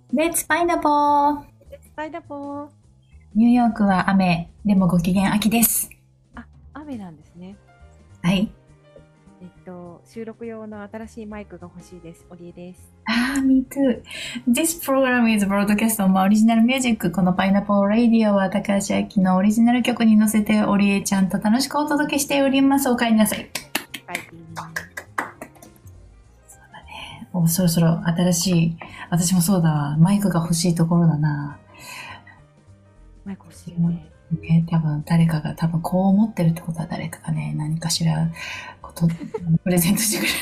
Let's pineapple! スパイダポー。 ニューヨークは雨、でもご機嫌秋です。 あ、雨なんですね。 はい。 収録用の新しいマイクが欲しいです。オリエです。 Me too. This program is broadcast on original music. このパイナップルラディオは高橋明のオリジナル曲に乗せてオリエちゃんと楽しくお届けしております。お帰りなさい。 はい。 そろそろ新しい、私もそうだわ。マイクが欲しいところだな。 マイク欲しいよね。 ね、多分こう思ってるってことは誰かがね、何かしらプレゼントしてくれる。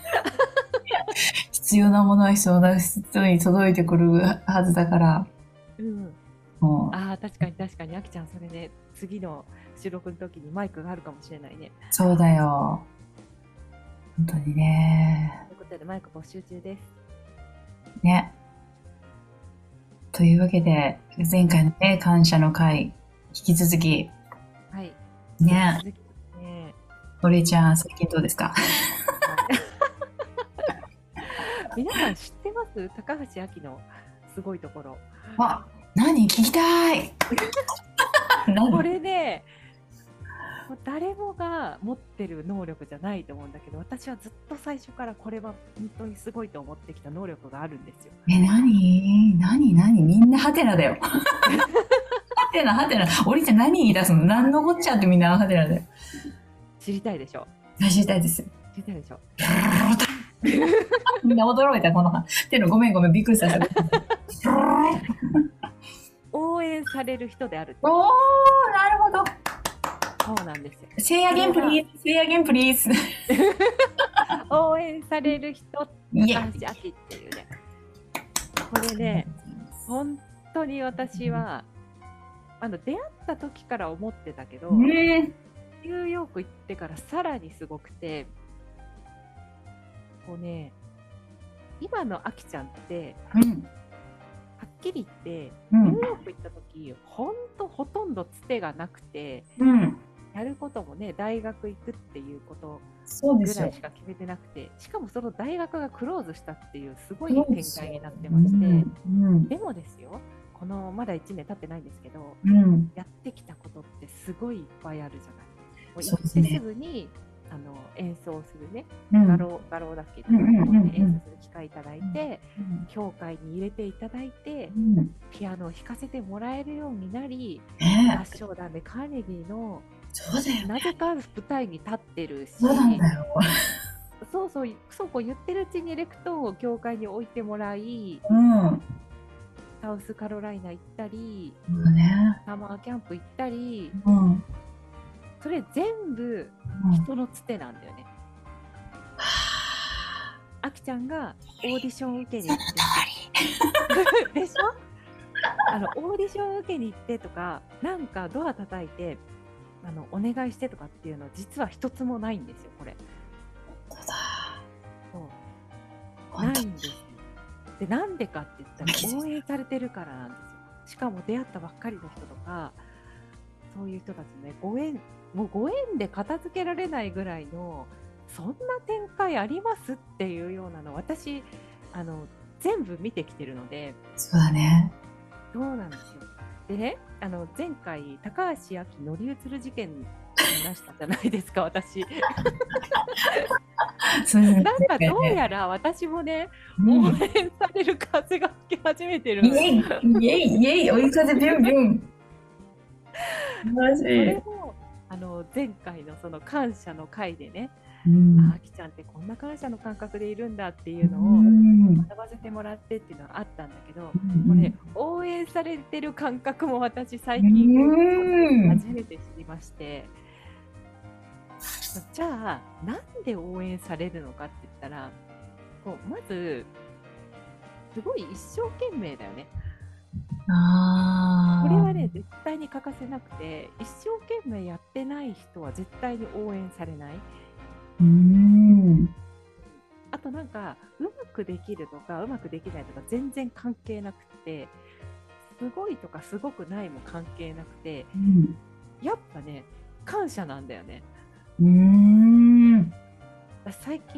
必要なものは必要な人に届いてくるはずだから、 うん。 もう、 ああ、確かに確かに。あきちゃん、それね、次の収録の時にマイクがあるかもしれないね。 そうだよ。本当にね。 ということで、マイク募集中です。 ね。というわけで、前回のね、感謝の会、引き続き、 はい。 ね。 続きですね。 おりえちゃん、最近どうですか？ はい。皆さん知ってます高橋明のすごいところ。 あ、何聞きたい。 こ何？ れね、もう誰もが持ってる能力じゃないと思うんだけど、私はずっと最初からこれは本当にすごいと思ってきた能力があるんですよ。 何みんなハテナだよ。ハテナ、ハテナ。おりちゃん何言い出すの？何のこっちゃってみんなハテナだよ。 知りたいでしょ？ 知りたいです。 知りたいでしょ？ みんな驚いた、このっていうの、ごめん、びっくりさせた。 応援される人であるっておー、 ことです。 なるほど。 そうなんですよ。 Say こ again れは please, say again please. 応援される人、 イエイ。 高橋明っていうね。これね、本当に私は出会った時から思ってたけど、 ねニューヨーク行ってからさらにすごくて、こうね、今のあきちゃんってうん、 はっきり言って、 うん、 ニューヨーク行った時、ほとんどつてがなくて、 うん。 やることもね、大学行くっていうことぐそうですよ。 らいしか決めてなくて、しかもその大学がクローズしたっていうすごそい展うですよ。 開になってうん、 まして、 うん、 でもですよ、このまだ1年経ってないんですけど、 うん。 やってきたことってすごいいっぱいあるじゃない。もう行ってすそうですね。 ぐに演奏するね、 うん、 画廊だっけうん、うん、 ところでうん、 演奏する機会いただいて、 うん、 教会に入れていただいて、 うん。 ピアノを弾かせてもらえるようになり、合ねえ、 唱団でカーネギーのそうだよ。 なぜか舞台に立ってるそうなんし、 だよ。 そうこう言ってるうちにレクトーンを教会に置いてもらい、 うん。 サウスカロライナ行ったり、 そうね。 サマーキャンプ行ったり、 うん、うん。 それ全部は人のつてなんだよね。あきちゃんがオーディション受けに行ってでしょ？オーディション受けに行ってとか、なんかドア叩いてお願いしてとかっていうの実は一つもないんですよ、これ。 本当だ。 そう本当に。 ないんですよ。で、なんでかって言ったら応援されてるからなんですよ。しかも出会ったばっかりの人とか、そういう人たちね、もうご縁で片付けられないぐらいの、そんな展開ありますっていうようなの、私、あの、全部見てきてるので、 そうだね。 そうなんですよ。でね、前回、高橋明乗り移る事件話したじゃないですか、私。 そうですね。 なんかどうね。 やら私もね、応うん。 援される風が吹き始めてるのよ。 イェイイェイイェイ追い風ビュンビュン。素晴らしそい。 れも前回のその感謝の回でね、 うん。 あきちゃんってこんな感謝の感覚でいるんだっていううのをん。 学ばせてもらってっていうのはあったんだけど、 うん。 これ応援されてる感覚も私う最近ん。 初めて知りまして、じゃあなんで応援されるのかって言ったら、こうまずすごい一生懸命だよね。これああ。 はね、絶対に欠かせなくて、一生懸命やってない人は絶対に応援されない。 うん。 あとなんか、うまくできるとか、うまくできないとか全然関係なくて、すごいとかすごくないも関係なくて、 うん。 やっぱね、感謝なんだよね。 うん。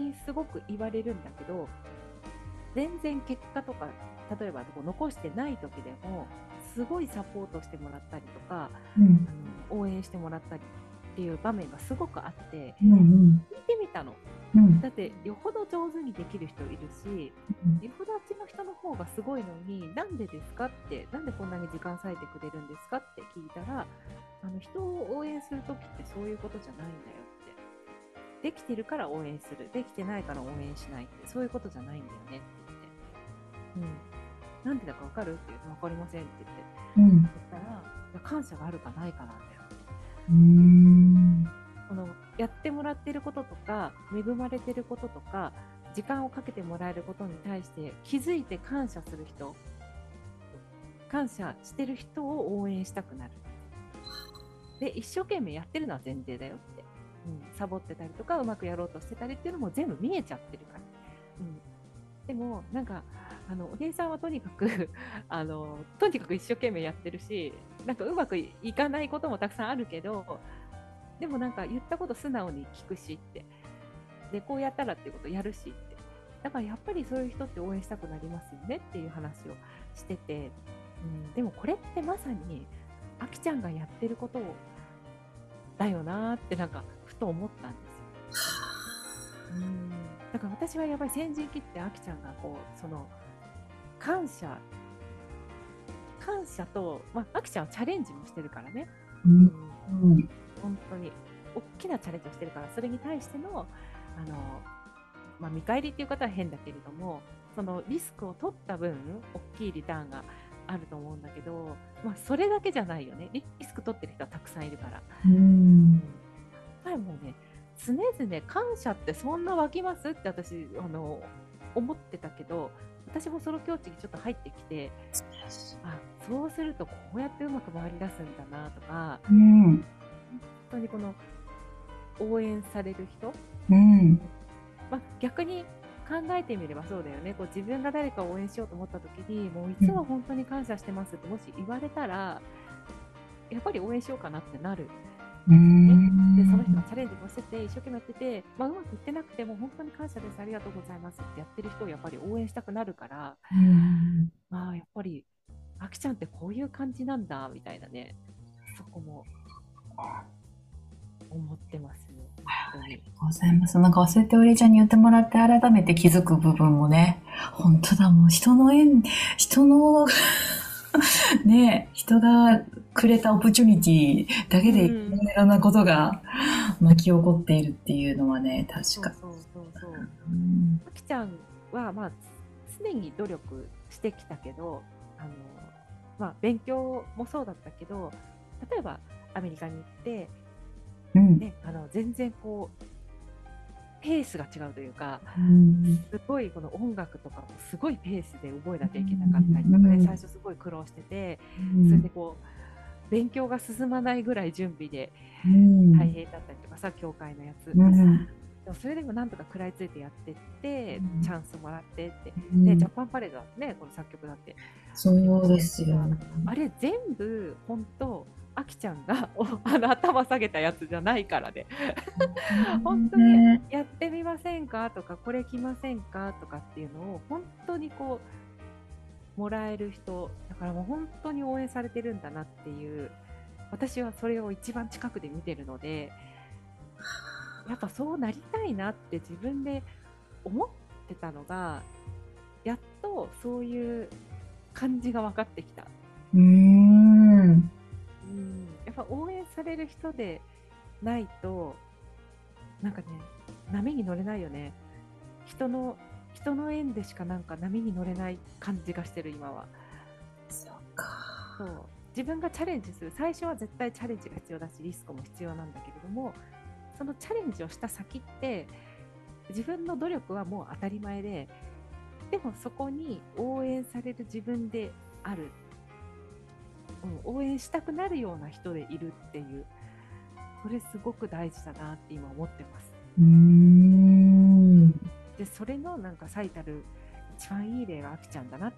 最近すごく言われるんだけど、 全然結果とか例えばこう残してない時でもすごいサポートしてもらったりとか、 うん。 応援してもらったりっていう場面がすごくあって、 うん。うん。 聞いてみたの。 うん。 だってよほど上手にできる人いるし、よほどあっちの人の方がすごいのに、なんでですかって、なんでこんなに時間割いてくれるんですかって聞いたら、人を応援するときってそういうことじゃないんだよって。できてるから応援する。できてないから応援しないって、そういうことじゃないんだよねって言って。うん。なんでだかわかるって言うと、わかりませんって言って。 うん。 言ったら、いや感謝があるかないかなんだよ。 うん。 このやってもらってることとか恵まれてることとか時間をかけてもらえることに対して気づいて感謝する人、感謝してる人を応援したくなる。で一生懸命やってるのは前提だよって、サボってたりとかうまくやろうとしてたりっていうのも全部見えちゃってるから、でもなんかお姉さんはとにかくとにかく一生懸命やってるし、なんかうまくいかないこともたくさんあるけど、でもなんか言ったこと素直に聞くしって。で、こうやったらっていうことやるしって。だからやっぱりそういう人って応援したくなりますよねっていう話をしてて、でもこれってまさに、あきちゃんがやってることだよなってなんかふと思ったんですよ。だから私はやっぱり先陣切ってあきちゃんがこう、その、感謝、感謝と、あきちゃんはチャレンジもしてるからね。本当に大きなチャレンジをしてるから、それに対しての見返りっていう方は変だけれども、そのリスクを取った分大きいリターンがあると思うんだけど、それだけじゃないよね。リスク取ってる人はたくさんいるから。もうね、常々感謝ってそんな湧きますって私思ってたけど、私もその境地にちょっと入ってきて、そうするとこうやってうまく回り出すんだなとか、本当にこの応援される人、逆に考えてみればそうだよね。こう自分が誰かを応援しようと思った時に、もういつも本当に感謝してますってもし言われたら、やっぱり応援しようかなってなる。でその人がチャレンジもしてて一生懸命やってて、うまくいってなくても本当に感謝です、ありがとうございますってやってる人をやっぱり応援したくなるから、やっぱりあきちゃんってこういう感じなんだみたいなね、そこも思ってますね。 ありがとうございます。なんか忘れておりちゃんに言ってもらって改めて気づく部分もね、本当だ、もう人のね、人がくれたオプチュニティだけでいろんなことが巻き起こっているっていうのはね、確か。 あきちゃんは常に努力してきたけど、勉強もそうだったけど、例えばアメリカに行って、全然こうペースが違うというか、すごいこの音楽とかもすごいペースで覚えなきゃいけなかったりとかで、最初すごい苦労してて、それでこう勉強が進まないぐらい準備で大変だったりとかさ、教会のやつ、でもそれでもなんとか食らいついてやってって、チャンスもらってって、ジャパンパレードだってね、この作曲だって、 そうですよ、 あれ全部本当あきちゃんが頭下げたやつじゃないからね本当にやってみませんかとか、これ来ませんかとかっていうのを本当にこうもらえる人だから、もう本当に応援されてるんだなっていう、私はそれを一番近くで見てるので、やっぱそうなりたいなって自分で思ってたのが、やっとそういう感じが分かってきた。やっぱ応援される人でないとなんかね、波に乗れないよね。人の縁でしかなんか波に乗れない感じがしてる今は。 そうか。 そう、自分がチャレンジする、最初は絶対チャレンジが必要だしリスクも必要なんだけれども、そのチャレンジをした先って自分の努力はもう当たり前で、でもそこに応援される自分である、応援したくなるような人でいるっていう、それすごく大事だなって今思ってます。でそれのなんか最たる一番いい例があきちゃんだなって。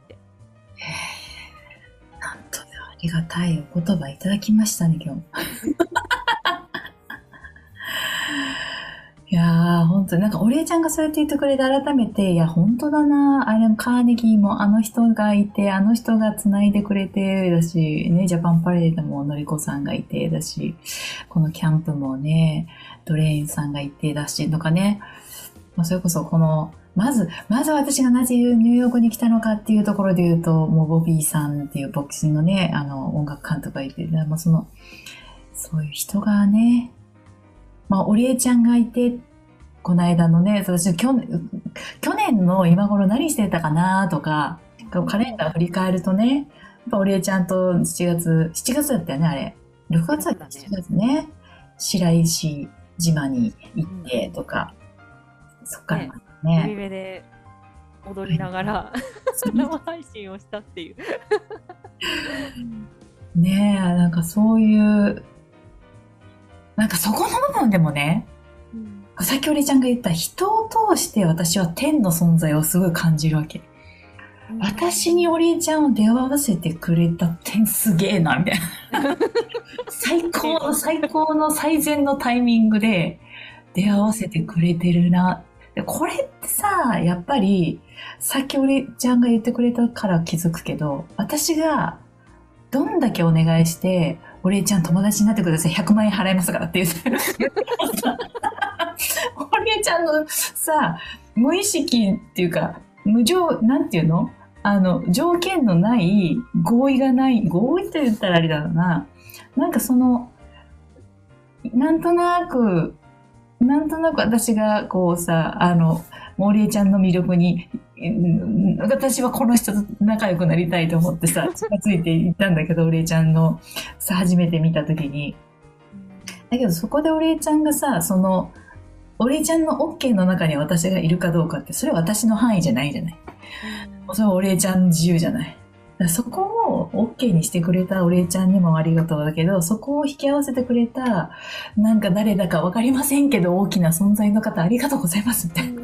なんとありがたいお言葉いただきましたね今日。 いやー、本当になんか、お礼ちゃんがそうやって言ってくれて改めて、いや、本当だな。あれ、カーネギーもあの人がいて、あの人が繋いでくれて、だし、ね、ジャパンパレードものりこさんがいて、だし、このキャンプもね、ドレインさんがいて、だし、とかね。まあ、それこそ、まず私がなぜニューヨークに来たのかっていうところで言うと、もうボビーさんっていうボクシングのね、音楽監督がいて、まあ、そういう人がね、まあ、おりえちゃんがいて、この間のね、私、去年の今頃何してたかなとか、カレンダー振り返るとね、やっぱおりえちゃんと7月だったよね、あれ。6月だった、7月ね。白石島に行ってとか、そっからね、 ね。 海辺で踊りながら生配信をしたっていう。 ねえ、なんかそういう、なんかそこの部分でもね、さっきおりちゃんが言った人を通して私は天の存在をすごい感じるわけ。私におりえちゃんを出会わせてくれた天すげえな、みたいな。最高の最善のタイミングで出会わせてくれてるな。これってさ、やっぱり、さっきおりちゃんが言ってくれたから気づくけど、私がどんだけお願いして、おりえちゃん友達になってください。100万円払いますからって言って。おりえちゃんのさ、無意識っていうか、なんていうの条件のない合意と言ったらあれだろうな。なんかなんとなく私がこうさ、おりえちゃんの魅力に、私はこの人と仲良くなりたいと思ってさ、近づいていったんだけど、おりえちゃんのさ、初めて見たときに。だけどそこでおりえちゃんがさ、おりえちゃんの OK の中に私がいるかどうかって、それは私の範囲じゃないじゃない。それはおりえちゃんの自由じゃない。そこを OK にしてくれたおりえちゃんにもありがとうだけど、そこを引き合わせてくれた、なんか誰だかわかりませんけど大きな存在の方ありがとうございますみたいな。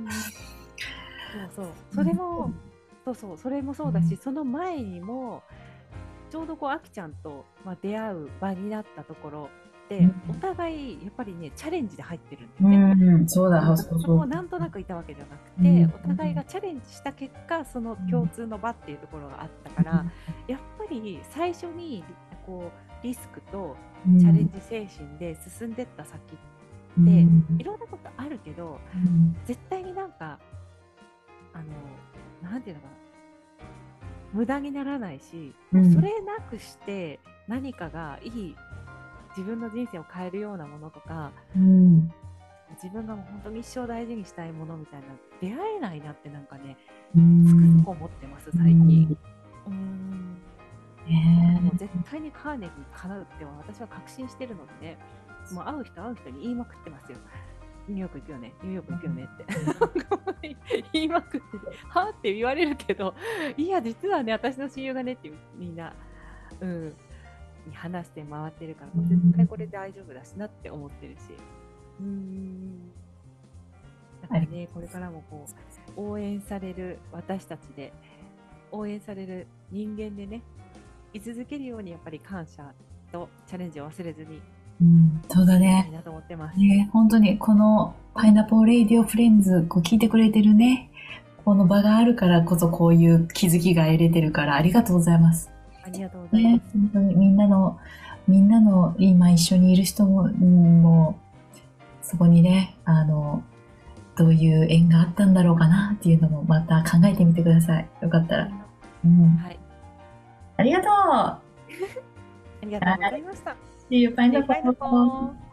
そう。それも、それもそうだし、その前にも、ちょうどこう、あきちゃんと、出会う場になったところで、お互い、やっぱりね、チャレンジで入ってるんだよね。 そうだ、 そこもなんとなくいたわけじゃなくて、お互いがチャレンジした結果、その共通の場っていうところがあったから、やっぱり最初に、こう、リスクとチャレンジ精神で進んでった先って、いろんなことあるけど、絶対になんか、なんていうのかな、無駄にならないし、それなくして何かがいい自分の人生を変えるようなものとか、自分がもう本当に一生大事にしたいものみたいな出会えないなってなんかね、つくづく思ってます最近。もう絶対にカーネギーにかなうって私は確信してるのでね、もう会う人に言いまくってますよ。ニューヨーク行くよね、ニューヨーク行くよねって言いまくってはって言われるけど、いや実はね私の親友がねってみんなに話して回ってるから、もう絶対これ大丈夫だしなって思ってるし、だからね、これからもこう応援される私たちで、応援される人間でね、居続けるようにやっぱり感謝とチャレンジを忘れずに、 そうだね。 なと思ってます。 本当にこのパイナポーレイディオフレンズ、聞いてくれてるね、この場があるからこそこういう気づきが得れてるからありがとうございます。 ありがとうございます。 本当にみんなの今一緒にいる人もそこにね、どういう縁があったんだろうかなっていうのもまた考えてみてください。よかったら。はい。ありがとう。 ありがとうございました。 See you, Pineapple.